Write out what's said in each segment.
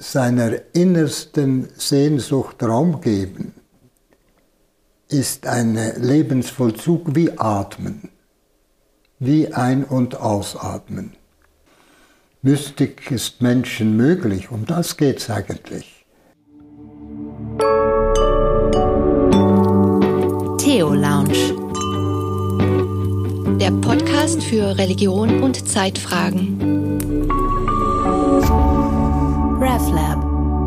seiner innersten Sehnsucht Raum geben, ist ein Lebensvollzug wie Atmen, wie Ein- und Ausatmen. Mystik ist Menschen möglich, um das geht es eigentlich. Theo-Lounge, der Podcast für Religion und Zeitfragen. RevLab.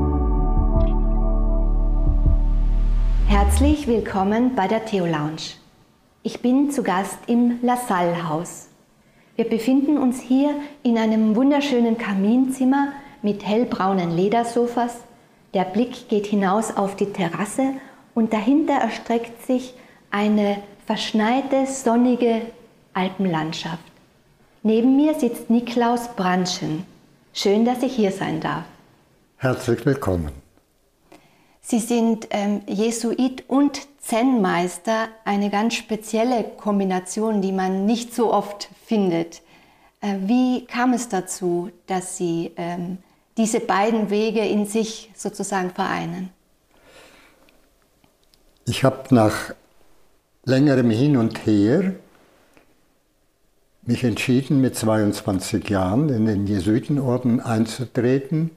Herzlich willkommen bei der Theo-Lounge. Ich bin zu Gast im LaSalle-Haus. Wir befinden uns hier in einem wunderschönen Kaminzimmer mit hellbraunen Ledersofas. Der Blick geht hinaus auf die Terrasse und dahinter erstreckt sich eine verschneite, sonnige Alpenlandschaft. Neben mir sitzt Niklaus Brandschen. Schön, dass ich hier sein darf. Herzlich willkommen. Sie sind Jesuit und Zen-Meister, eine ganz spezielle Kombination, die man nicht so oft findet. Wie kam es dazu, dass Sie diese beiden Wege in sich sozusagen vereinen? Ich habe nach längerem Hin und Her mich entschieden, mit 22 Jahren in den Jesuitenorden einzutreten.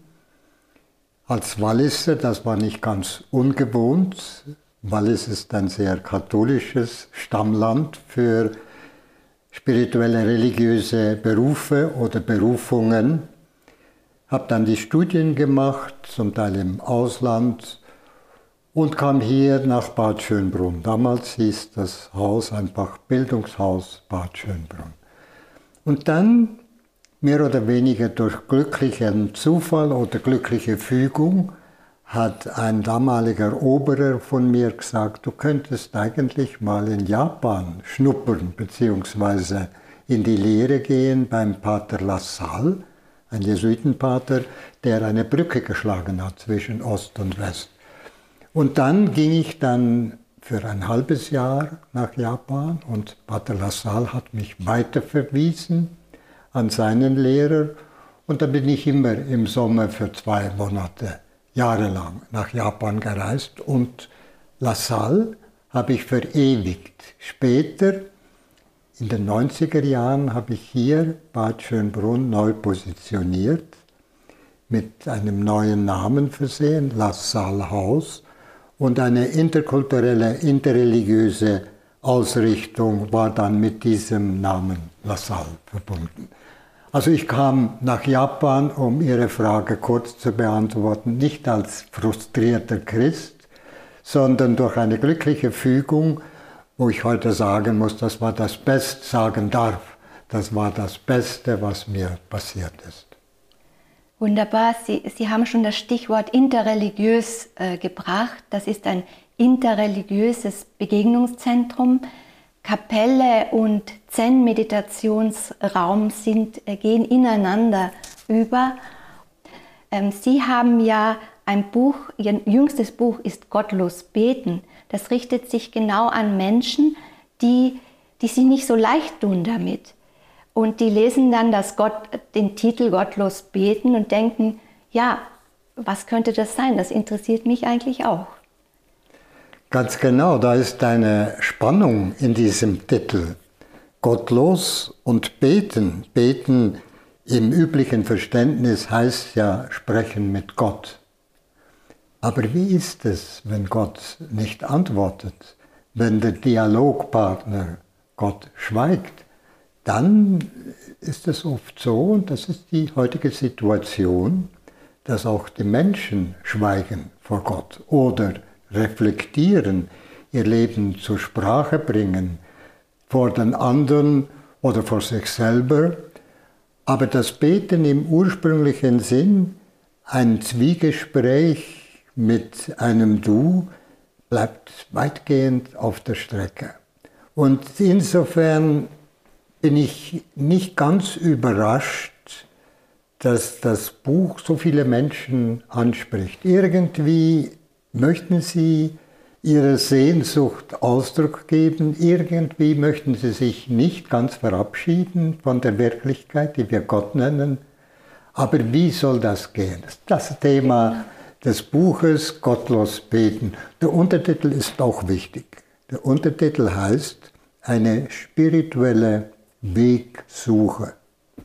Als Walliser, das war nicht ganz ungewohnt. Wallis ist ein sehr katholisches Stammland für spirituelle, religiöse Berufe oder Berufungen. Habe dann die Studien gemacht, zum Teil im Ausland, und kam hier nach Bad Schönbrunn. Damals hieß das Haus einfach Bildungshaus Bad Schönbrunn. Und dann, mehr oder weniger durch glücklichen Zufall oder glückliche Fügung, hat ein damaliger Oberer von mir gesagt, du könntest eigentlich mal in Japan schnuppern, beziehungsweise in die Lehre gehen beim Pater LaSalle, ein Jesuitenpater, der eine Brücke geschlagen hat zwischen Ost und West. Und dann ging ich dann für ein halbes Jahr nach Japan und Pater LaSalle hat mich weiterverwiesen an seinen Lehrer und da bin ich immer im Sommer für 2 Monate jahrelang nach Japan gereist und LaSalle habe ich verewigt. Später, in den 90er Jahren, habe ich hier Bad Schönbrunn neu positioniert, mit einem neuen Namen versehen, LaSalle-Haus, und eine interkulturelle, interreligiöse Ausrichtung war dann mit diesem Namen LaSalle verbunden. Also ich kam nach Japan, um Ihre Frage kurz zu beantworten, nicht als frustrierter Christ, sondern durch eine glückliche Fügung, wo ich heute sagen muss, das war das Beste, sagen darf, das war das Beste, was mir passiert ist. Wunderbar, Sie haben schon das Stichwort interreligiös gebracht. Das ist ein interreligiöses Begegnungszentrum. Kapelle und Zen-Meditationsraum gehen ineinander über. Sie haben ja ein Buch, Ihr jüngstes Buch ist Gottlos beten. Das richtet sich genau an Menschen, die sich nicht so leicht tun damit. Und die lesen dann den Titel Gottlos beten und denken, ja, was könnte das sein? Das interessiert mich eigentlich auch. Ganz genau, da ist eine Spannung in diesem Titel. Gottlos und beten. Beten im üblichen Verständnis heißt ja sprechen mit Gott. Aber wie ist es, wenn Gott nicht antwortet, wenn der Dialogpartner Gott schweigt? Dann ist es oft so, und das ist die heutige Situation, dass auch die Menschen schweigen vor Gott oder reflektieren, ihr Leben zur Sprache bringen, vor den anderen oder vor sich selber. Aber das Beten im ursprünglichen Sinn, ein Zwiegespräch mit einem Du, bleibt weitgehend auf der Strecke. Und insofern bin ich nicht ganz überrascht, dass das Buch so viele Menschen anspricht. Irgendwie möchten sie ihrer Sehnsucht Ausdruck geben, irgendwie möchten sie sich nicht ganz verabschieden von der Wirklichkeit, die wir Gott nennen, Aber wie soll das gehen? Das Thema des Buches Gottlos beten. Der Untertitel ist auch wichtig. Der Untertitel heißt eine spirituelle Wegsuche.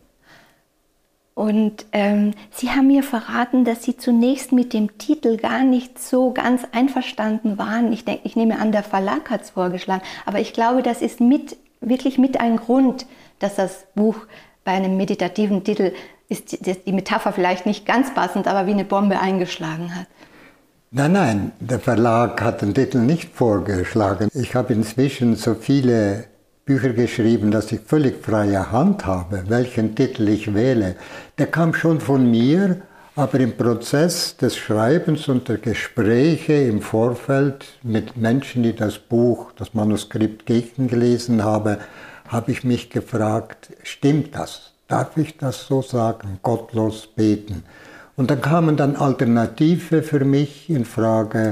Und Sie haben mir verraten, dass Sie zunächst mit dem Titel gar nicht so ganz einverstanden waren. Ich nehme an, der Verlag hat es vorgeschlagen. Aber ich glaube, das ist wirklich mit ein Grund, dass das Buch bei einem meditativen Titel ist die Metapher vielleicht nicht ganz passend, aber wie eine Bombe eingeschlagen hat. Nein, der Verlag hat den Titel nicht vorgeschlagen. Ich habe inzwischen so viele Bücher geschrieben, dass ich völlig freie Hand habe, welchen Titel ich wähle. Der kam schon von mir, aber im Prozess des Schreibens und der Gespräche im Vorfeld mit Menschen, die das Buch, das Manuskript gelesen haben, habe ich mich gefragt, stimmt das? Darf ich das so sagen? Gottlos beten. Und dann kamen dann Alternative für mich in Frage.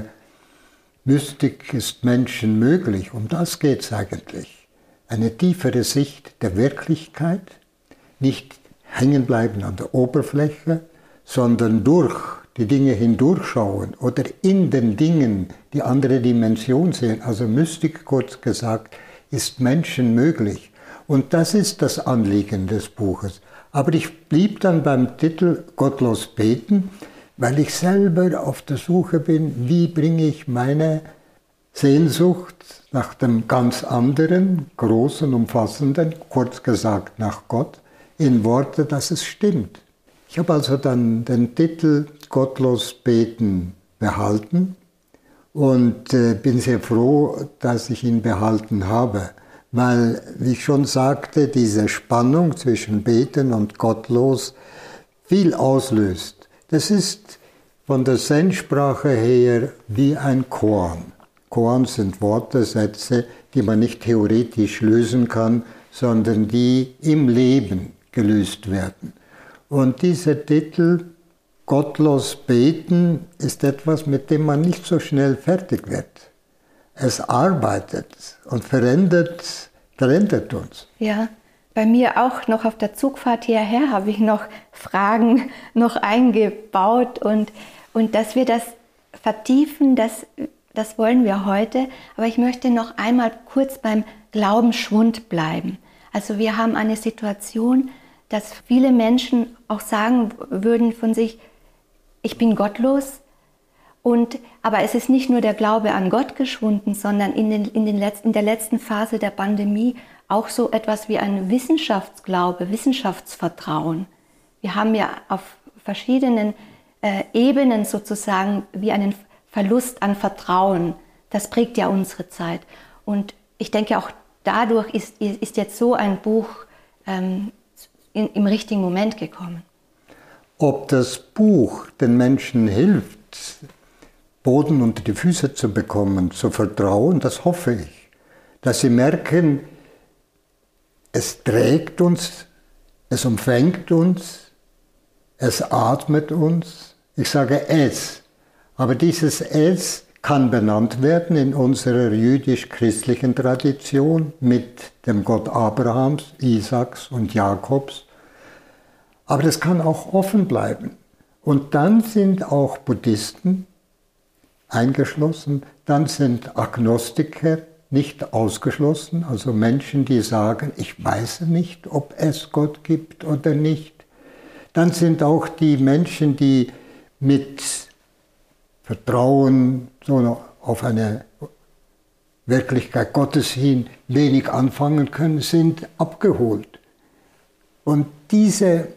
Mystik ist Menschen möglich. Um das geht es eigentlich. Eine tiefere Sicht der Wirklichkeit. Nicht hängen bleiben an der Oberfläche, sondern durch die Dinge hindurchschauen oder in den Dingen die andere Dimension sehen. Also Mystik, kurz gesagt, ist Menschen möglich. Und das ist das Anliegen des Buches. Aber ich blieb dann beim Titel Gottlos beten, weil ich selber auf der Suche bin, wie bringe ich meine Sehnsucht nach dem ganz anderen, großen, umfassenden, kurz gesagt nach Gott, in Worte, dass es stimmt. Ich habe also dann den Titel Gottlos beten behalten und bin sehr froh, dass ich ihn behalten habe. Weil, wie ich schon sagte, diese Spannung zwischen Beten und Gottlos viel auslöst. Das ist von der Zen-Sprache her wie ein Koan. Koan sind Worte, Sätze, die man nicht theoretisch lösen kann, sondern die im Leben gelöst werden. Und dieser Titel, Gottlos beten, ist etwas, mit dem man nicht so schnell fertig wird. Es arbeitet und verändert uns. Ja, bei mir auch noch auf der Zugfahrt hierher habe ich noch Fragen noch eingebaut und dass wir das vertiefen, das wollen wir heute. Aber ich möchte noch einmal kurz beim Glaubensschwund bleiben. Also wir haben eine Situation, dass viele Menschen auch sagen würden von sich, ich bin gottlos. Aber es ist nicht nur der Glaube an Gott geschwunden, sondern in der letzten Phase der Pandemie auch so etwas wie ein Wissenschaftsglaube, Wissenschaftsvertrauen. Wir haben ja auf verschiedenen Ebenen sozusagen wie einen Verlust an Vertrauen. Das prägt ja unsere Zeit. Und ich denke, auch dadurch ist jetzt so ein Buch im richtigen Moment gekommen. Ob das Buch den Menschen hilft, Boden unter die Füße zu bekommen, zu vertrauen, das hoffe ich. Dass sie merken, es trägt uns, es umfängt uns, es atmet uns. Ich sage es, aber dieses es kann benannt werden in unserer jüdisch-christlichen Tradition mit dem Gott Abrahams, Isaaks und Jakobs. Aber das kann auch offen bleiben. Und dann sind auch Buddhisten eingeschlossen, dann sind Agnostiker nicht ausgeschlossen, also Menschen, die sagen, ich weiß nicht, ob es Gott gibt oder nicht. Dann sind auch die Menschen, die mit Vertrauen so auf eine Wirklichkeit Gottes hin wenig anfangen können, sind abgeholt. Und diese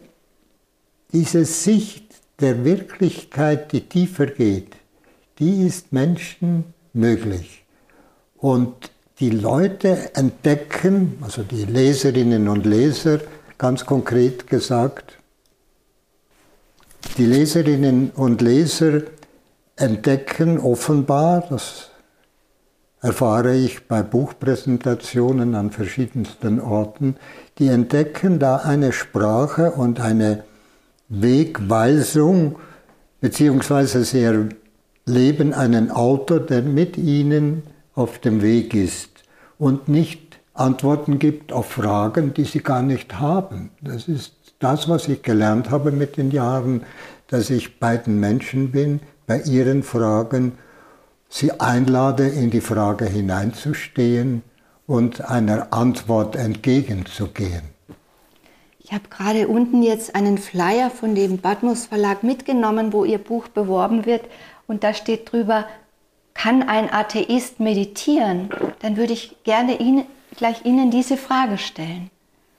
Sicht der Wirklichkeit, die tiefer geht, die ist Menschen möglich. Und die Leute entdecken, also die Leserinnen und Leser, ganz konkret gesagt, die Leserinnen und Leser entdecken offenbar, das erfahre ich bei Buchpräsentationen an verschiedensten Orten, die entdecken da eine Sprache und eine Wegweisung, beziehungsweise sie erleben einen Autor, der mit ihnen auf dem Weg ist und nicht Antworten gibt auf Fragen, die sie gar nicht haben. Das ist das, was ich gelernt habe mit den Jahren, dass ich bei den Menschen bin, bei ihren Fragen, sie einlade, in die Frage hineinzustehen und einer Antwort entgegenzugehen. Ich habe gerade unten jetzt einen Flyer von dem Patmos Verlag mitgenommen, wo Ihr Buch beworben wird. Und da steht drüber, kann ein Atheist meditieren? Dann würde ich gerne Ihnen diese Frage stellen.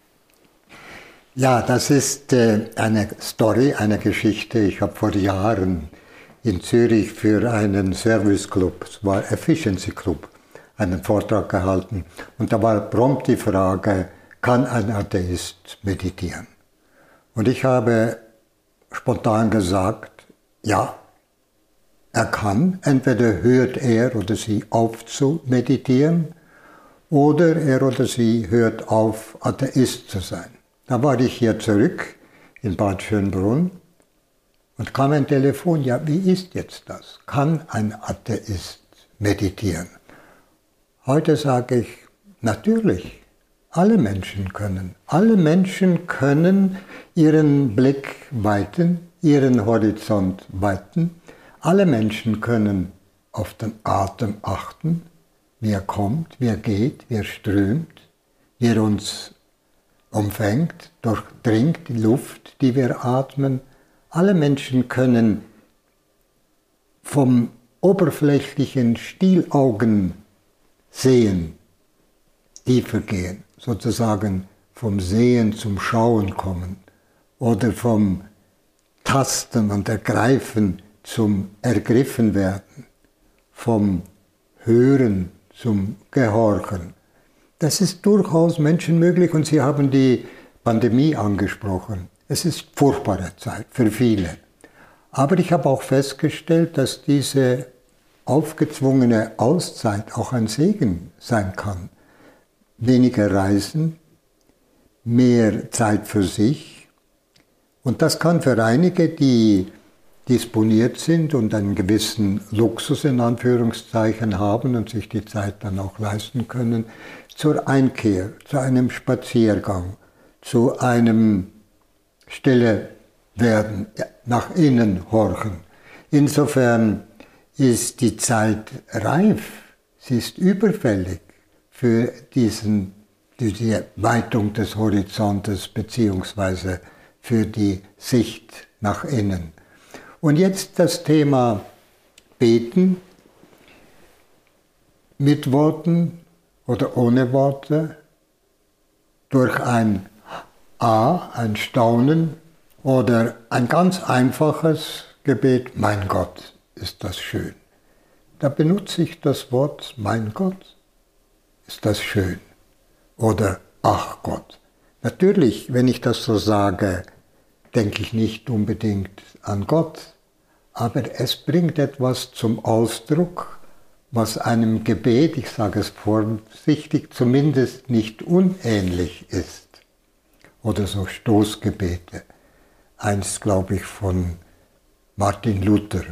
Ja, das ist eine Story, eine Geschichte. Ich habe vor Jahren in Zürich für einen Service-Club, es war Efficiency Club, einen Vortrag gehalten. Und da war prompt die Frage, kann ein Atheist meditieren? Und ich habe spontan gesagt, ja, er kann. Entweder hört er oder sie auf zu meditieren oder er oder sie hört auf, Atheist zu sein. Da war ich hier zurück in Bad Schönbrunn und kam ein Telefon, ja, wie ist jetzt das? Kann ein Atheist meditieren? Heute sage ich, natürlich. Alle Menschen können. Alle Menschen können ihren Blick weiten, ihren Horizont weiten. Alle Menschen können auf den Atem achten, wie er kommt, wie er geht, wie er strömt, wie er uns umfängt, durchdringt die Luft, die wir atmen. Alle Menschen können vom oberflächlichen Stielaugen sehen, tiefer gehen. Sozusagen vom Sehen zum Schauen kommen oder vom Tasten und Ergreifen zum Ergriffenwerden, vom Hören zum Gehorchen. Das ist durchaus menschenmöglich und Sie haben die Pandemie angesprochen. Es ist furchtbare Zeit für viele. Aber ich habe auch festgestellt, dass diese aufgezwungene Auszeit auch ein Segen sein kann. Weniger Reisen, mehr Zeit für sich. Und das kann für einige, die disponiert sind und einen gewissen Luxus in Anführungszeichen haben und sich die Zeit dann auch leisten können, zur Einkehr, zu einem Spaziergang, zu einem Stille werden, nach innen horchen. Insofern ist die Zeit reif, sie ist überfällig für diese Weitung des Horizontes beziehungsweise für die Sicht nach innen. Und jetzt das Thema Beten mit Worten oder ohne Worte, durch ein ein Staunen oder ein ganz einfaches Gebet, mein Gott, ist das schön. Da benutze ich das Wort, mein Gott, ist das schön. Oder, ach Gott. Natürlich, wenn ich das so sage, denke ich nicht unbedingt an Gott, aber es bringt etwas zum Ausdruck, was einem Gebet, ich sage es vorsichtig, zumindest nicht unähnlich ist. Oder so Stoßgebete. Einst, glaube ich, von Martin Luther.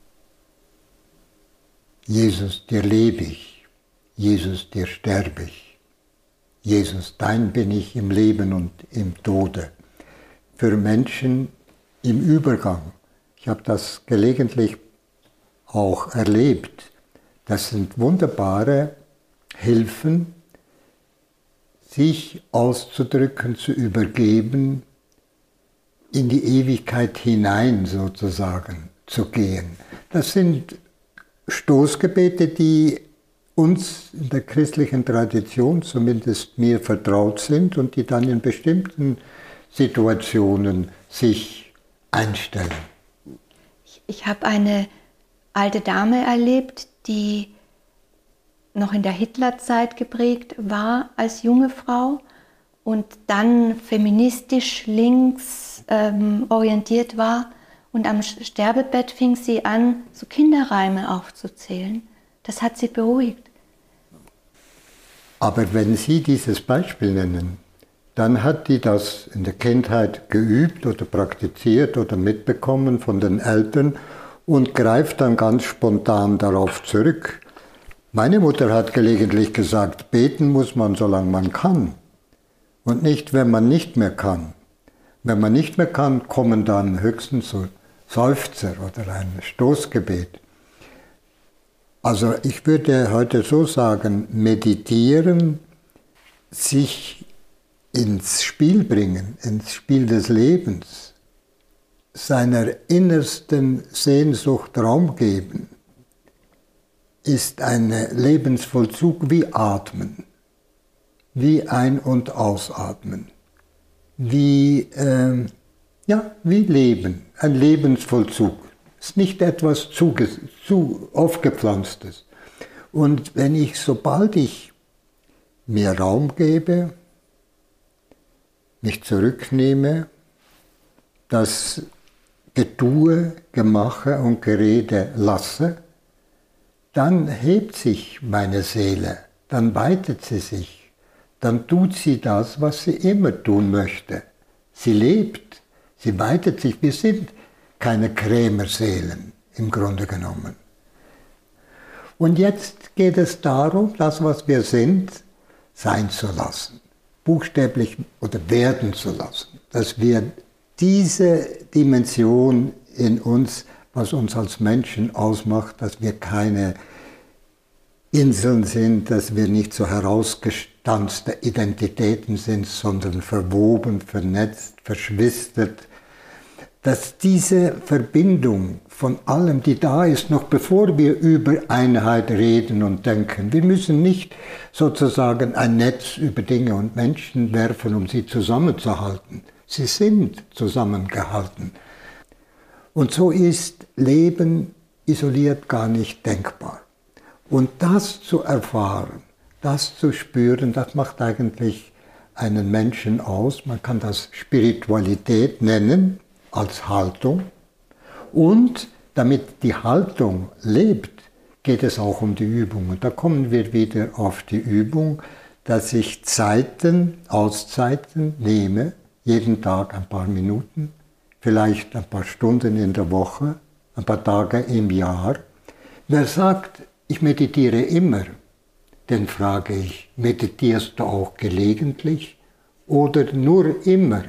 Jesus, dir lebe ich, Jesus, dir sterbe ich. Jesus, dein bin ich im Leben und im Tode. Für Menschen im Übergang. Ich habe das gelegentlich auch erlebt. Das sind wunderbare Hilfen, sich auszudrücken, zu übergeben, in die Ewigkeit hinein sozusagen zu gehen. Das sind Stoßgebete, die uns in der christlichen Tradition, zumindest mir, vertraut sind und die dann in bestimmten Situationen sich einstellen. Ich habe eine alte Dame erlebt, die noch in der Hitlerzeit geprägt war als junge Frau und dann feministisch links orientiert war. Und am Sterbebett fing sie an, so Kinderreime aufzuzählen. Das hat sie beruhigt. Aber wenn Sie dieses Beispiel nennen, dann hat die das in der Kindheit geübt oder praktiziert oder mitbekommen von den Eltern und greift dann ganz spontan darauf zurück. Meine Mutter hat gelegentlich gesagt, beten muss man, solange man kann und nicht, wenn man nicht mehr kann. Wenn man nicht mehr kann, kommen dann höchstens so Seufzer oder ein Stoßgebet. Also ich würde heute so sagen, meditieren, sich ins Spiel bringen, ins Spiel des Lebens, seiner innersten Sehnsucht Raum geben, ist ein Lebensvollzug wie Atmen, wie Ein- und Ausatmen, wie Leben, ein Lebensvollzug. Es ist nicht etwas zu aufgepflanztes. Und sobald ich mir Raum gebe, mich zurücknehme, das Getue, Gemache und Gerede lasse, dann hebt sich meine Seele, dann weitet sie sich, dann tut sie das, was sie immer tun möchte. Sie lebt, sie weitet sich. Wir sind keine Krämerseelen im Grunde genommen. Und jetzt geht es darum, das, was wir sind, sein zu lassen, buchstäblich oder werden zu lassen, dass wir diese Dimension in uns, was uns als Menschen ausmacht, dass wir keine Inseln sind, dass wir nicht so herausgestanzte Identitäten sind, sondern verwoben, vernetzt, verschwistert, dass diese Verbindung von allem, die da ist, noch bevor wir über Einheit reden und denken, wir müssen nicht sozusagen ein Netz über Dinge und Menschen werfen, um sie zusammenzuhalten. Sie sind zusammengehalten. Und so ist Leben isoliert gar nicht denkbar. Und das zu erfahren, das zu spüren, das macht eigentlich einen Menschen aus. Man kann das Spiritualität nennen, als Haltung. Und damit die Haltung lebt, geht es auch um die Übung. Und da kommen wir wieder auf die Übung, dass ich Auszeiten nehme, jeden Tag ein paar Minuten, vielleicht ein paar Stunden in der Woche, ein paar Tage im Jahr. Wer sagt, ich meditiere immer, den frage ich, meditierst du auch gelegentlich oder nur immer?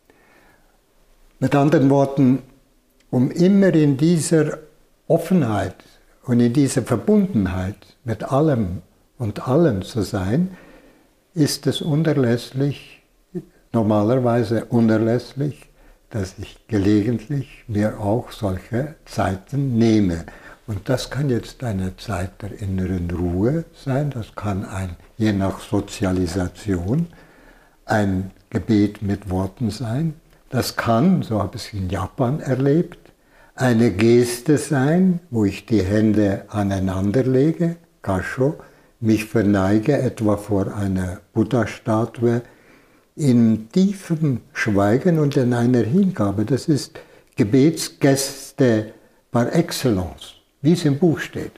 Mit anderen Worten, um immer in dieser Offenheit und in dieser Verbundenheit mit allem und allen zu sein, ist es unerlässlich, normalerweise unerlässlich, dass ich gelegentlich mir auch solche Zeiten nehme. Und das kann jetzt eine Zeit der inneren Ruhe sein, das kann je nach Sozialisation, ein Gebet mit Worten sein. Das kann, so habe ich es in Japan erlebt, eine Geste sein, wo ich die Hände aneinander lege, Kasho, mich verneige etwa vor einer Buddha-Statue, in tiefem Schweigen und in einer Hingabe. Das ist Gebetsgeste par excellence, wie es im Buch steht.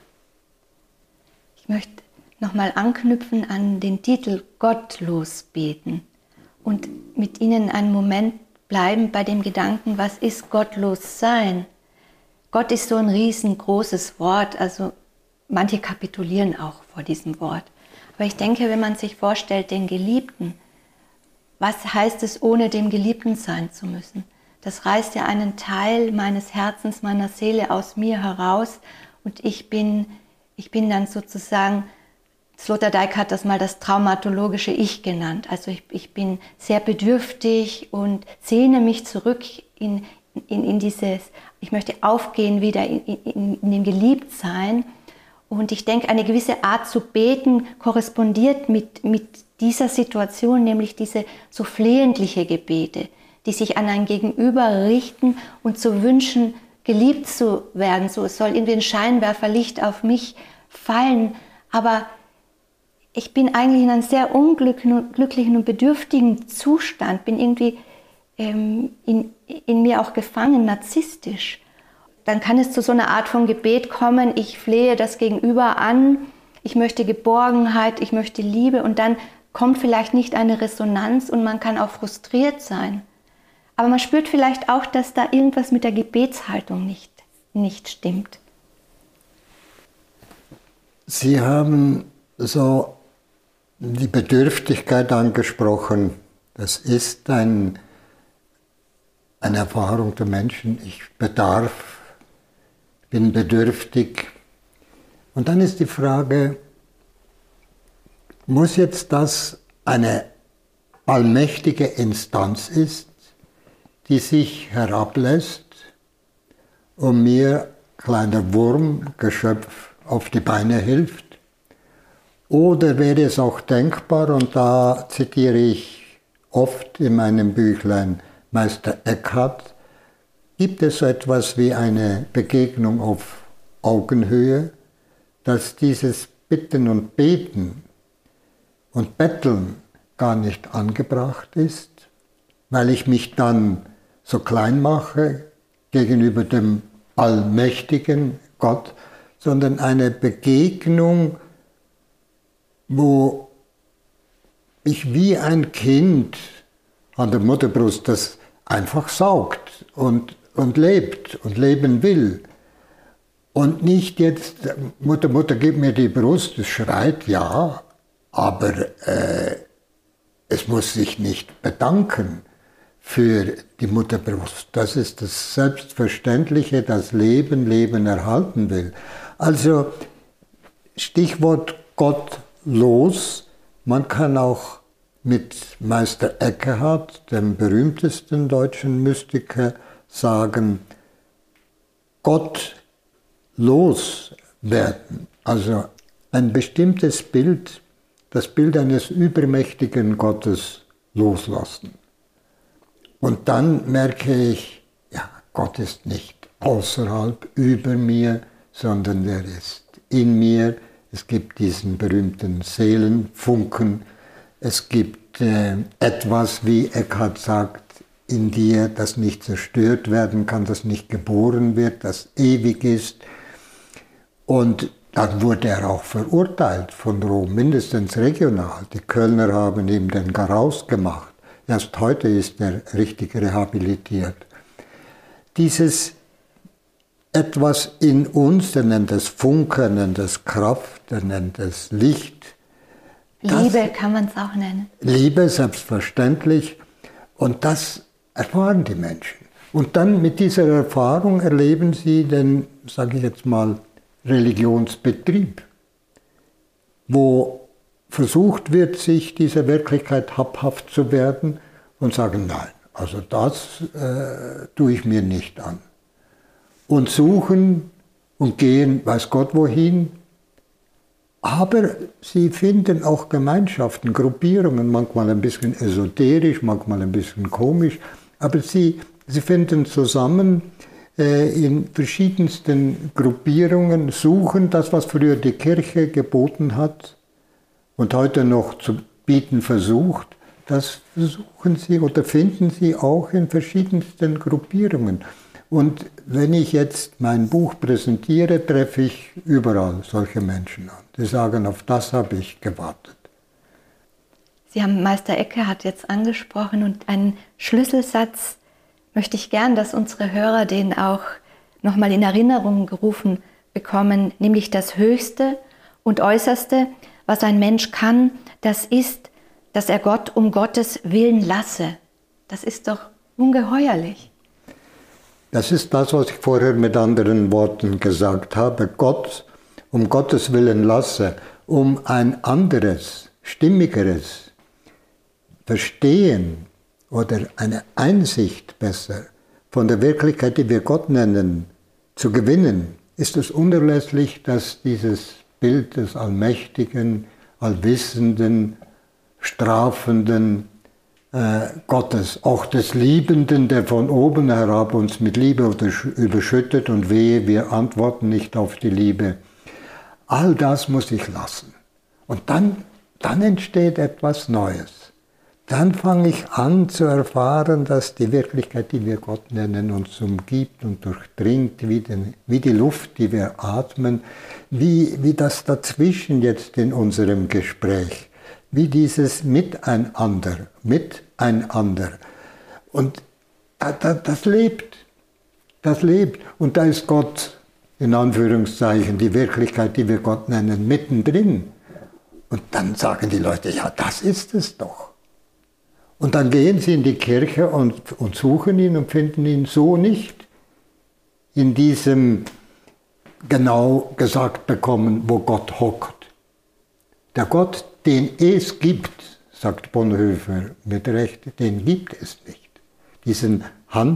Ich möchte nochmal anknüpfen an den Titel Gottlos beten und mit Ihnen einen Moment bleiben bei dem Gedanken, was ist gottlos sein? Gott ist so ein riesengroßes Wort, also manche kapitulieren auch vor diesem Wort. Aber ich denke, wenn man sich vorstellt, den Geliebten, was heißt es, ohne dem Geliebten sein zu müssen? Das reißt ja einen Teil meines Herzens, meiner Seele aus mir heraus und ich bin dann sozusagen, Sloterdijk hat das mal das traumatologische Ich genannt. Also ich bin sehr bedürftig und sehne mich zurück in dieses, ich möchte aufgehen wieder in dem Geliebtsein. Und ich denke, eine gewisse Art zu beten korrespondiert mit dieser Situation, nämlich diese so flehentliche Gebete, die sich an ein Gegenüber richten und zu wünschen, geliebt zu werden. So, es soll irgendwie ein Scheinwerferlicht auf mich fallen. Aber ich bin eigentlich in einem sehr unglücklichen und bedürftigen Zustand, bin irgendwie in mir auch gefangen, narzisstisch. Dann kann es zu so einer Art von Gebet kommen, ich flehe das Gegenüber an, ich möchte Geborgenheit, ich möchte Liebe und dann kommt vielleicht nicht eine Resonanz und man kann auch frustriert sein. Aber man spürt vielleicht auch, dass da irgendwas mit der Gebetshaltung nicht stimmt. Sie haben so die Bedürftigkeit angesprochen. Das ist ein eine Erfahrung der Menschen. Ich bin bedürftig. Und dann ist die Frage, muss jetzt das eine allmächtige Instanz ist, die sich herablässt und mir, kleiner Wurm, Geschöpf, auf die Beine hilft? Oder wäre es auch denkbar, und da zitiere ich oft in meinem Büchlein Meister Eckhart, gibt es so etwas wie eine Begegnung auf Augenhöhe, dass dieses Bitten und Beten und Betteln gar nicht angebracht ist, weil ich mich dann so klein mache gegenüber dem allmächtigen Gott, sondern eine Begegnung, wo ich wie ein Kind an der Mutterbrust, das einfach saugt und lebt und leben will. Und nicht jetzt, Mutter, gib mir die Brust, es schreit, ja, aber es muss sich nicht bedanken für die Mutterbrust. Das ist das Selbstverständliche, das Leben erhalten will. Also Stichwort gottlos, man kann auch mit Meister Eckhart, dem berühmtesten deutschen Mystiker, sagen, Gott loswerden. Also ein bestimmtes Bild, das Bild eines übermächtigen Gottes loslassen. Und dann merke ich, ja, Gott ist nicht außerhalb, über mir, sondern er ist in mir. Es gibt diesen berühmten Seelenfunken. Es gibt etwas, wie Eckhart sagt, in dir, das nicht zerstört werden kann, das nicht geboren wird, das ewig ist. Und dann wurde er auch verurteilt von Rom, mindestens regional. Die Kölner haben ihm den Garaus gemacht. Erst heute ist er richtig rehabilitiert. Dieses etwas in uns, er nennt es Funke, er nennt es Kraft, er nennt es Licht. Liebe kann man es auch nennen. Liebe, selbstverständlich. Und das erfahren die Menschen. Und dann mit dieser Erfahrung erleben sie den, sage ich jetzt mal, Religionsbetrieb, wo versucht wird, sich dieser Wirklichkeit habhaft zu werden und sagen, nein, also das tue ich mir nicht an. Und suchen und gehen, weiß Gott wohin, aber sie finden auch Gemeinschaften, Gruppierungen, manchmal ein bisschen esoterisch, manchmal ein bisschen komisch, aber sie finden zusammen in verschiedensten Gruppierungen, suchen das, was früher die Kirche geboten hat und heute noch zu bieten versucht, das versuchen sie oder finden sie auch in verschiedensten Gruppierungen. Und wenn ich jetzt mein Buch präsentiere, treffe ich überall solche Menschen an. Die sagen, auf das habe ich gewartet. Sie haben Meister Eckhart jetzt angesprochen und einen Schlüsselsatz möchte ich gern, dass unsere Hörer den auch nochmal in Erinnerung gerufen bekommen, nämlich das Höchste und Äußerste, was ein Mensch kann, das ist, dass er Gott um Gottes Willen lasse. Das ist doch ungeheuerlich. Das ist das, was ich vorher mit anderen Worten gesagt habe. Gott um Gottes Willen lasse, um ein anderes, stimmigeres Verstehen oder eine Einsicht besser von der Wirklichkeit, die wir Gott nennen, zu gewinnen, ist es unerlässlich, dass dieses Bild des allmächtigen, allwissenden, strafenden Gottes, auch des Liebenden, der von oben herab uns mit Liebe überschüttet und wehe, wir antworten nicht auf die Liebe. All das muss ich lassen. Und dann entsteht etwas Neues. Dann fange ich an zu erfahren, dass die Wirklichkeit, die wir Gott nennen, uns umgibt und durchdringt, wie die Luft, die wir atmen, wie das dazwischen jetzt in unserem Gespräch, wie dieses Miteinander. Und das lebt. Und da ist Gott, in Anführungszeichen, die Wirklichkeit, die wir Gott nennen, mittendrin. Und dann sagen die Leute, ja, das ist es doch. Und dann gehen sie in die Kirche und suchen ihn und finden ihn so nicht in diesem genau gesagt bekommen, wo Gott hockt. Der Gott, den es gibt, sagt Bonhoeffer mit Recht, den gibt es nicht. Diesen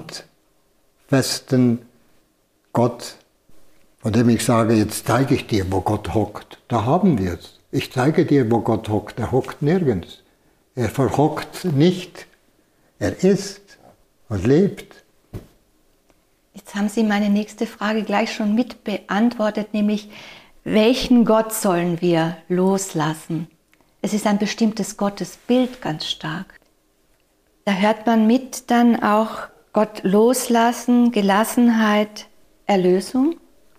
handfesten Gott, von dem ich sage, jetzt zeige ich dir, wo Gott hockt. Da haben wir es. Ich zeige dir, wo Gott hockt. Er hockt nirgends. Er verhockt nicht. Er ist und lebt. Jetzt haben Sie meine nächste Frage gleich schon mit beantwortet, nämlich, welchen Gott sollen wir loslassen? Es ist ein bestimmtes Gottesbild ganz stark. Da hört man mit dann auch Gott loslassen, Gelassenheit, Erlösung?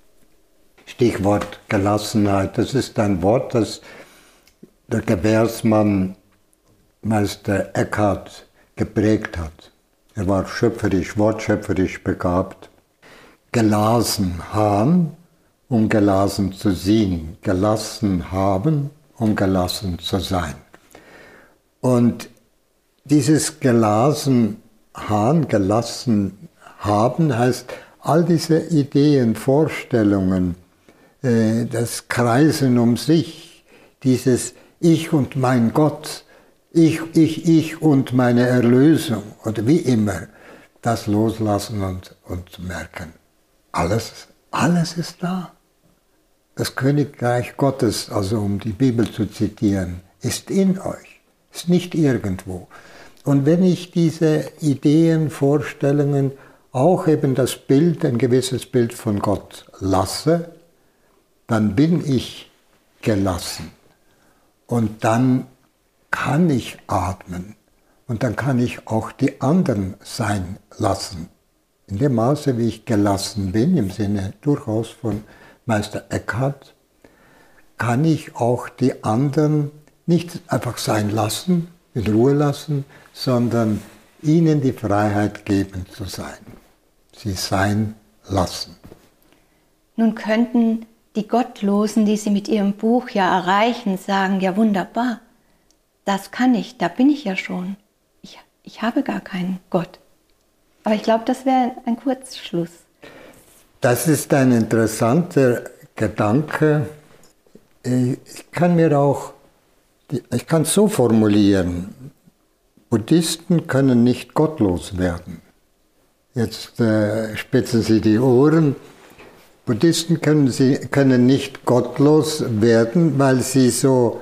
Stichwort Gelassenheit, das ist ein Wort, das der Gewährsmann Meister Eckhart geprägt hat. Er war schöpferisch, wortschöpferisch begabt. Gelassen haben, um gelassen zu sein. Gelassen haben, um gelassen zu sein. Und dieses gelassen haben heißt, all diese Ideen, Vorstellungen, das Kreisen um sich, dieses Ich und mein Gott, ich und meine Erlösung oder wie immer, das loslassen und merken, alles ist da. Das Königreich Gottes, also um die Bibel zu zitieren, ist in euch, ist nicht irgendwo. Und wenn ich diese Ideen, Vorstellungen, auch eben das Bild, ein gewisses Bild von Gott lasse, dann bin ich gelassen. Und dann kann ich atmen. Und dann kann ich auch die anderen sein lassen. In dem Maße, wie ich gelassen bin, im Sinne durchaus von Meister Eckhart, kann ich auch die anderen nicht einfach sein lassen, in Ruhe lassen, sondern ihnen die Freiheit geben zu sein. Sie sein lassen. Nun könnten die Gottlosen, die Sie mit Ihrem Buch ja erreichen, sagen, ja wunderbar, das kann ich, da bin ich ja schon. Ich habe gar keinen Gott. Aber ich glaube, das wäre ein Kurzschluss. Das ist ein interessanter Gedanke. Ich kann es so formulieren, Buddhisten können nicht gottlos werden. Jetzt spitzen Sie die Ohren. Buddhisten können nicht gottlos werden, weil sie so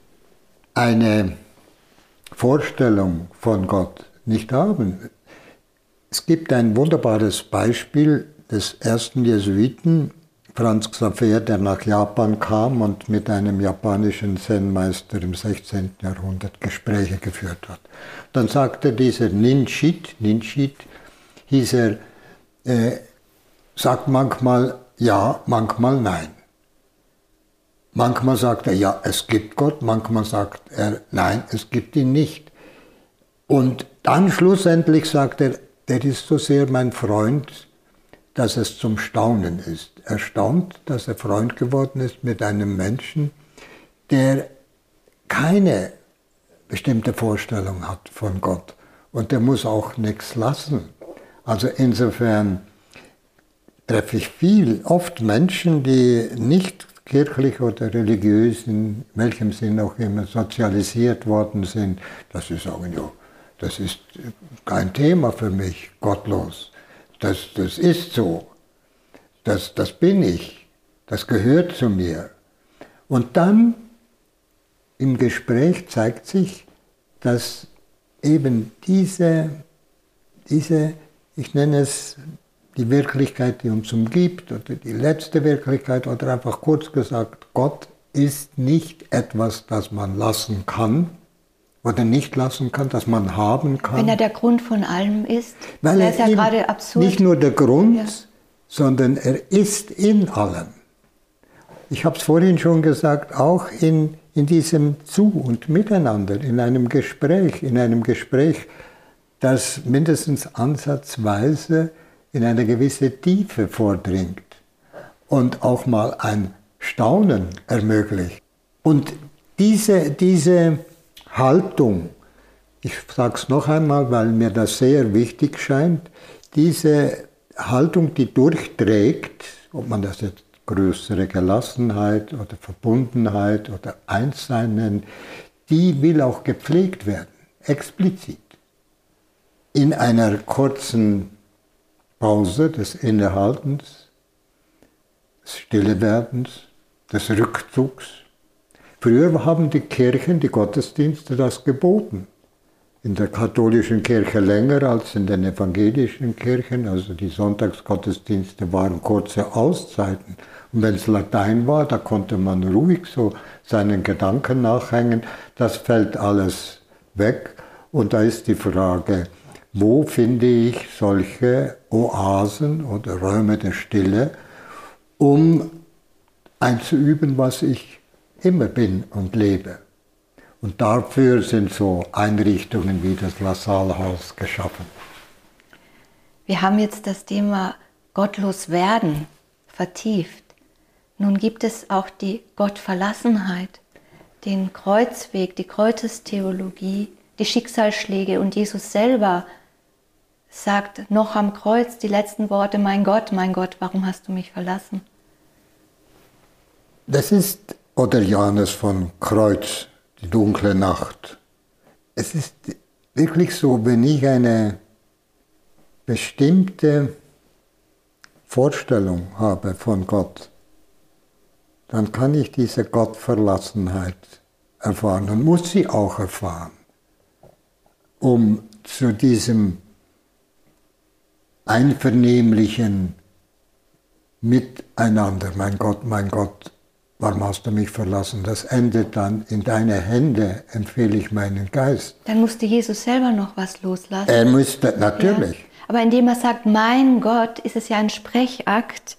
eine Vorstellung von Gott nicht haben. Es gibt ein wunderbares Beispiel des ersten Jesuiten, Franz Xaver, der nach Japan kam und mit einem japanischen Zen-Meister im 16. Jahrhundert Gespräche geführt hat. Dann sagte dieser Ninshit hieß er, sagt manchmal ja, manchmal nein. Manchmal sagt er, ja, es gibt Gott, manchmal sagt er, nein, es gibt ihn nicht. Und dann schlussendlich sagt er, der ist so sehr mein Freund, dass es zum Staunen ist. Er staunt, dass er Freund geworden ist mit einem Menschen, der keine bestimmte Vorstellung hat von Gott. Und der muss auch nichts lassen. Also insofern treffe ich oft Menschen, die nicht kirchlich oder religiös, in welchem Sinn auch immer, sozialisiert worden sind, dass sie sagen, ja, das ist kein Thema für mich, gottlos. Das ist so. Das bin ich. Das gehört zu mir. Und dann im Gespräch zeigt sich, dass eben diese, ich nenne es die Wirklichkeit, die uns umgibt, oder die letzte Wirklichkeit, oder einfach kurz gesagt, Gott ist nicht etwas, das man lassen kann oder nicht lassen kann, das man haben kann. Wenn er der Grund von allem ist, weil ist ja gerade absurd. Nicht nur der Grund, ja, sondern er ist in allem. Ich habe es vorhin schon gesagt, auch in diesem Zu- und Miteinander, in einem Gespräch, das mindestens ansatzweise in eine gewisse Tiefe vordringt und auch mal ein Staunen ermöglicht. Und diese Haltung, ich sage es noch einmal, weil mir das sehr wichtig scheint, diese Haltung, die durchträgt, ob man das jetzt größere Gelassenheit oder Verbundenheit oder Einssein nennt, die will auch gepflegt werden, explizit. In einer kurzen Pause des Innehaltens, des Stillewerdens, des Rückzugs. Früher haben die Kirchen, die Gottesdienste das geboten. In der katholischen Kirche länger als in den evangelischen Kirchen. Also die Sonntagsgottesdienste waren kurze Auszeiten. Und wenn es Latein war, da konnte man ruhig so seinen Gedanken nachhängen. Das fällt alles weg. Und da ist die Frage, wo finde ich solche Oasen oder Räume der Stille, um einzuüben, was ich immer bin und lebe. Und dafür sind so Einrichtungen wie das LaSalle-Haus geschaffen. Wir haben jetzt das Thema gottlos werden vertieft. Nun gibt es auch die Gottverlassenheit, den Kreuzweg, die Kreuzestheologie, die Schicksalsschläge und Jesus selber sagt noch am Kreuz die letzten Worte, mein Gott, warum hast du mich verlassen? Das ist, oder Johannes von Kreuz, die dunkle Nacht. Es ist wirklich so, wenn ich eine bestimmte Vorstellung habe von Gott, dann kann ich diese Gottverlassenheit erfahren und muss sie auch erfahren, um zu diesem einvernehmlichen Miteinander, mein Gott, warum hast du mich verlassen? Das endet dann, in deine Hände empfehle ich meinen Geist. Dann musste Jesus selber noch was loslassen. Er musste, natürlich. Ja. Aber indem er sagt, mein Gott, ist es ja ein Sprechakt,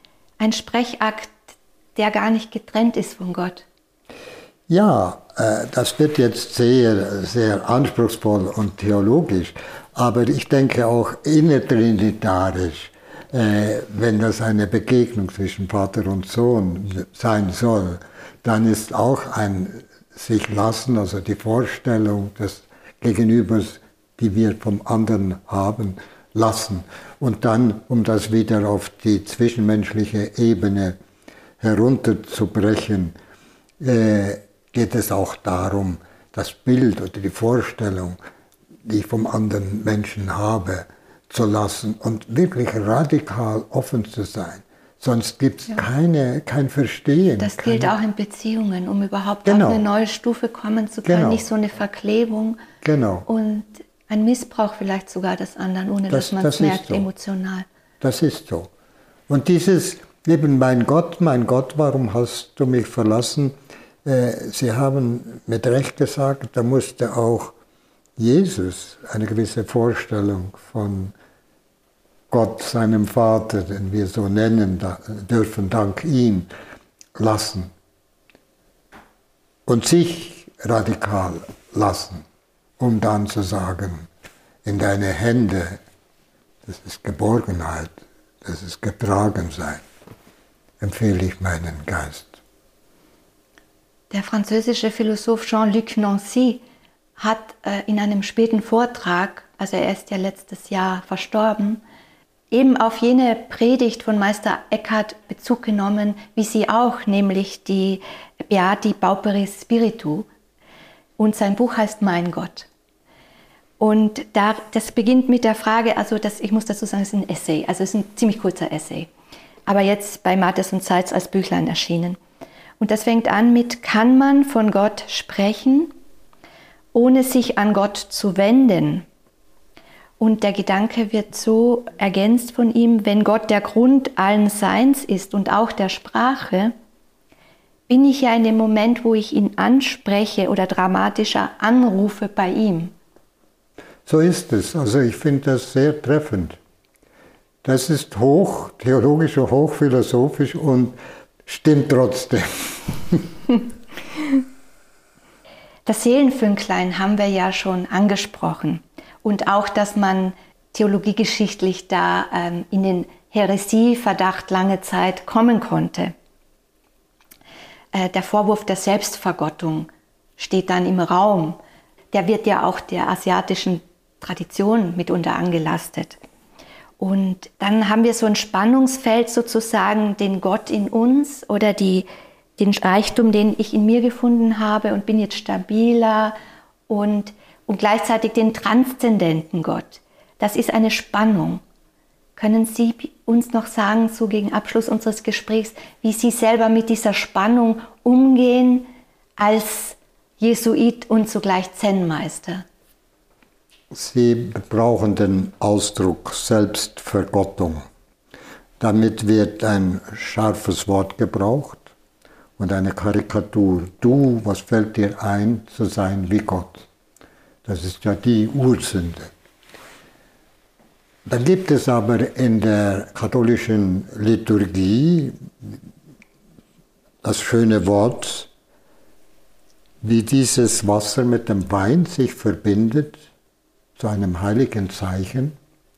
der gar nicht getrennt ist von Gott. Ja, das wird jetzt sehr, sehr anspruchsvoll und theologisch, aber ich denke auch innertrinitarisch, wenn das eine Begegnung zwischen Vater und Sohn sein soll, dann ist auch ein sich lassen, also die Vorstellung des Gegenübers, die wir vom anderen haben, lassen. Und dann, um das wieder auf die zwischenmenschliche Ebene herunterzubrechen, geht es auch darum, das Bild oder die Vorstellung, die ich vom anderen Menschen habe, zu lassen und wirklich radikal offen zu sein. Sonst gibt es kein Verstehen. Das gilt auch in Beziehungen, um überhaupt auf eine neue Stufe kommen zu können. Nicht so eine Verklebung und ein Missbrauch vielleicht sogar des anderen, ohne dass man es merkt, so. Emotional. Das ist so. Und dieses, eben mein Gott, warum hast du mich verlassen? Sie haben mit Recht gesagt, da musste auch Jesus eine gewisse Vorstellung von Gott, seinem Vater, den wir so nennen dürfen, dank ihm, lassen. Und sich radikal lassen, um dann zu sagen, in deine Hände, das ist Geborgenheit, das ist Getragensein, empfehle ich meinen Geist. Der französische Philosoph Jean-Luc Nancy hat in einem späten Vortrag, also er ist ja letztes Jahr verstorben, eben auf jene Predigt von Meister Eckhart Bezug genommen, wie sie auch, nämlich die Beati Pauperis Spiritu. Und sein Buch heißt Mein Gott. Und das beginnt mit der Frage, ich muss dazu sagen, es ist ein Essay, also es ist ein ziemlich kurzer Essay, aber jetzt bei Matthes und Seitz als Büchlein erschienen. Und das fängt an mit, kann man von Gott sprechen, ohne sich an Gott zu wenden? Und der Gedanke wird so ergänzt von ihm, wenn Gott der Grund allen Seins ist und auch der Sprache, bin ich ja in dem Moment, wo ich ihn anspreche oder dramatischer anrufe bei ihm. So ist es. Also ich finde das sehr treffend. Das ist theologisch und hochphilosophisch und stimmt trotzdem. Das Seelenfünklein haben wir ja schon angesprochen. Und auch, dass man theologiegeschichtlich da in den Häresieverdacht lange Zeit kommen konnte. Der Vorwurf der Selbstvergottung steht dann im Raum. der wird ja auch der asiatischen Tradition mitunter angelastet. Und dann haben wir so ein Spannungsfeld sozusagen, den Gott in uns oder den Reichtum, den ich in mir gefunden habe und bin jetzt stabiler und gleichzeitig den transzendenten Gott. Das ist eine Spannung. Können Sie uns noch sagen, so gegen Abschluss unseres Gesprächs, wie Sie selber mit dieser Spannung umgehen als Jesuit und zugleich Zen-Meister? Sie brauchen den Ausdruck Selbstvergottung. Damit wird ein scharfes Wort gebraucht und eine Karikatur. Du, was fällt dir ein, zu sein wie Gott? Das ist ja die Ursünde. Dann gibt es aber in der katholischen Liturgie das schöne Wort, wie dieses Wasser mit dem Wein sich verbindet zu einem heiligen Zeichen.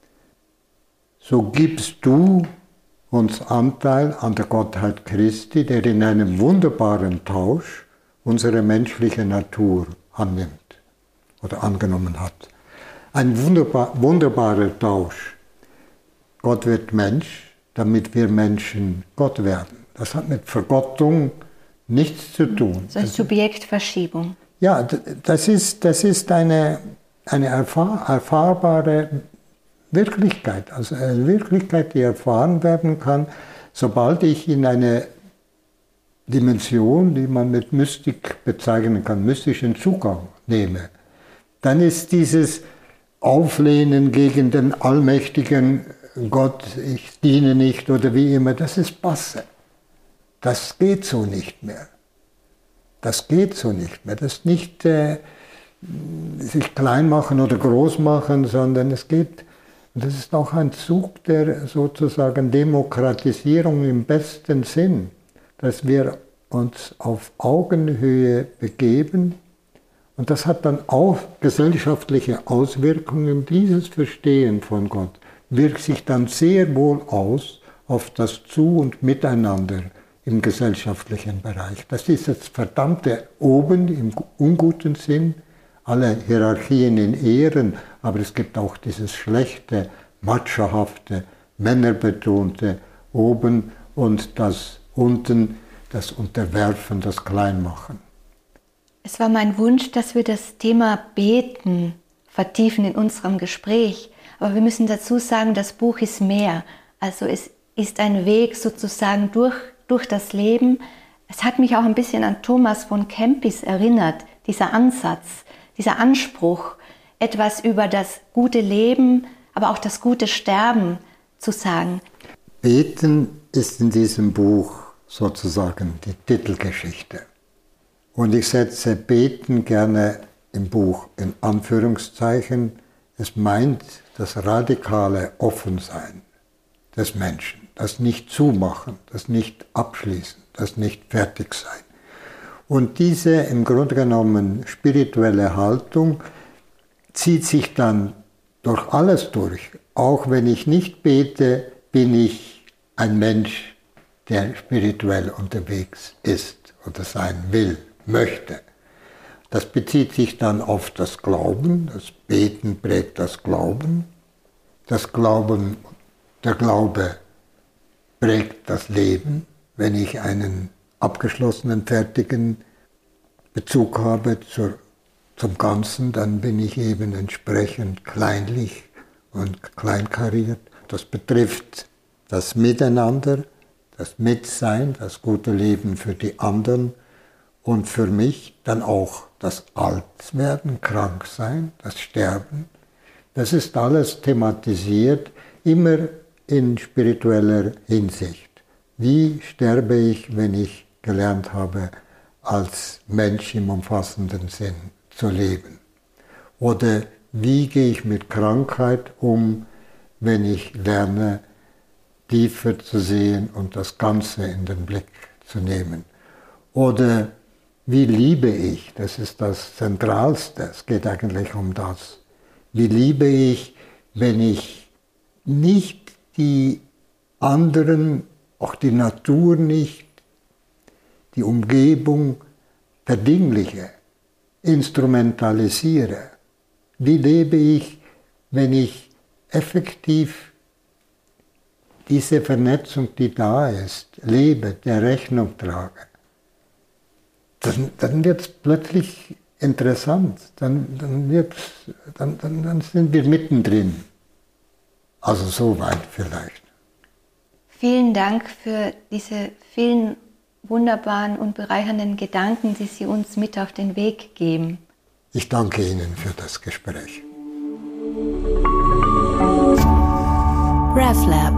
So gibst du uns Anteil an der Gottheit Christi, der in einem wunderbaren Tausch unsere menschliche Natur annimmt oder angenommen hat. Ein wunderbarer Tausch. Gott wird Mensch, damit wir Menschen Gott werden. Das hat mit Vergottung nichts zu tun. Das ist Subjektverschiebung. Ja, das ist eine erfahrbare Wirklichkeit. Also eine Wirklichkeit, die erfahren werden kann, sobald ich in eine Dimension, die man mit Mystik bezeichnen kann, mystischen Zugang nehme. Dann ist dieses Auflehnen gegen den allmächtigen Gott, ich diene nicht oder wie immer, das ist Passe. Das geht so nicht mehr. Das geht so nicht mehr. Das ist nicht sich klein machen oder groß machen, sondern es geht, und das ist auch ein Zug der sozusagen Demokratisierung im besten Sinn, dass wir uns auf Augenhöhe begeben. Und das hat dann auch gesellschaftliche Auswirkungen. Dieses Verstehen von Gott wirkt sich dann sehr wohl aus auf das Zu- und Miteinander im gesellschaftlichen Bereich. Das ist das verdammte Oben im unguten Sinn, alle Hierarchien in Ehren, aber es gibt auch dieses schlechte, matschahafte, männerbetonte Oben und das Unten, das Unterwerfen, das Kleinmachen. Es war mein Wunsch, dass wir das Thema Beten vertiefen in unserem Gespräch. Aber wir müssen dazu sagen, das Buch ist mehr. Also es ist ein Weg sozusagen durch das Leben. Es hat mich auch ein bisschen an Thomas von Kempis erinnert, dieser Ansatz, dieser Anspruch, etwas über das gute Leben, aber auch das gute Sterben zu sagen. Beten ist in diesem Buch sozusagen die Titelgeschichte. Und ich setze Beten gerne im Buch in Anführungszeichen. Es meint das radikale Offensein des Menschen, das nicht zumachen, das nicht abschließen, das nicht fertig sein. Und diese im Grunde genommen spirituelle Haltung zieht sich dann durch alles durch. Auch wenn ich nicht bete, bin ich ein Mensch, der spirituell unterwegs ist oder sein will, möchte. Das bezieht sich dann auf das Glauben. Das Beten prägt das Glauben. Das Glauben, der Glaube prägt das Leben. Wenn ich einen abgeschlossenen, fertigen Bezug habe zum Ganzen, dann bin ich eben entsprechend kleinlich und kleinkariert. Das betrifft das Miteinander, das Mitsein, das gute Leben für die anderen und für mich dann auch das Altwerden, Kranksein, das Sterben. Das ist alles thematisiert, immer in spiritueller Hinsicht. Wie sterbe ich, wenn ich gelernt habe, als Mensch im umfassenden Sinn zu leben? Oder wie gehe ich mit Krankheit um, wenn ich lerne, tiefer zu sehen und das Ganze in den Blick zu nehmen? Oder wie liebe ich? Das ist das Zentralste. Es geht eigentlich um das. Wie liebe ich, wenn ich nicht die anderen, auch die Natur nicht, die Umgebung verdingliche, instrumentalisiere? Wie lebe ich, wenn ich effektiv diese Vernetzung, die da ist, lebe, der Rechnung trage? Dann wird es plötzlich interessant, dann sind wir mittendrin. Also so weit vielleicht. Vielen Dank für diese vielen wunderbaren und bereichernden Gedanken, die Sie uns mit auf den Weg geben. Ich danke Ihnen für das Gespräch. RefLab.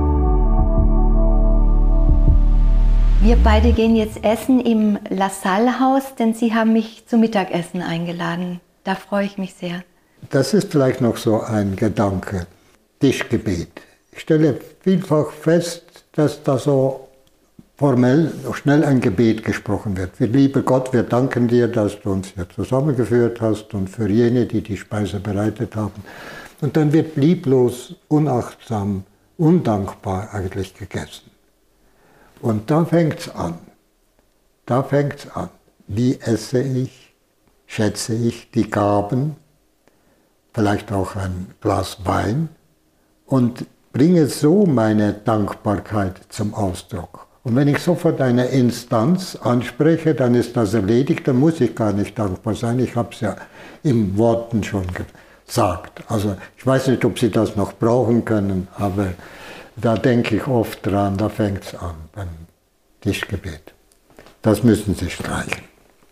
Wir beide gehen jetzt essen im LaSalle-Haus, denn Sie haben mich zum Mittagessen eingeladen. Da freue ich mich sehr. Das ist vielleicht noch so ein Gedanke. Tischgebet. Ich stelle vielfach fest, dass da so formell noch schnell ein Gebet gesprochen wird. Lieber Gott, wir danken dir, dass du uns hier zusammengeführt hast und für jene, die die Speise bereitet haben. Und dann wird lieblos, unachtsam, undankbar eigentlich gegessen. Und da fängt's an. Da fängt's an. Wie esse ich? Schätze ich die Gaben? Vielleicht auch ein Glas Wein? Und bringe so meine Dankbarkeit zum Ausdruck. Und wenn ich sofort eine Instanz anspreche, dann ist das erledigt, dann muss ich gar nicht dankbar sein. Ich habe es ja in Worten schon gesagt. Also ich weiß nicht, ob Sie das noch brauchen können, aber da denke ich oft dran, da fängt es an beim Tischgebet. Das müssen Sie streichen.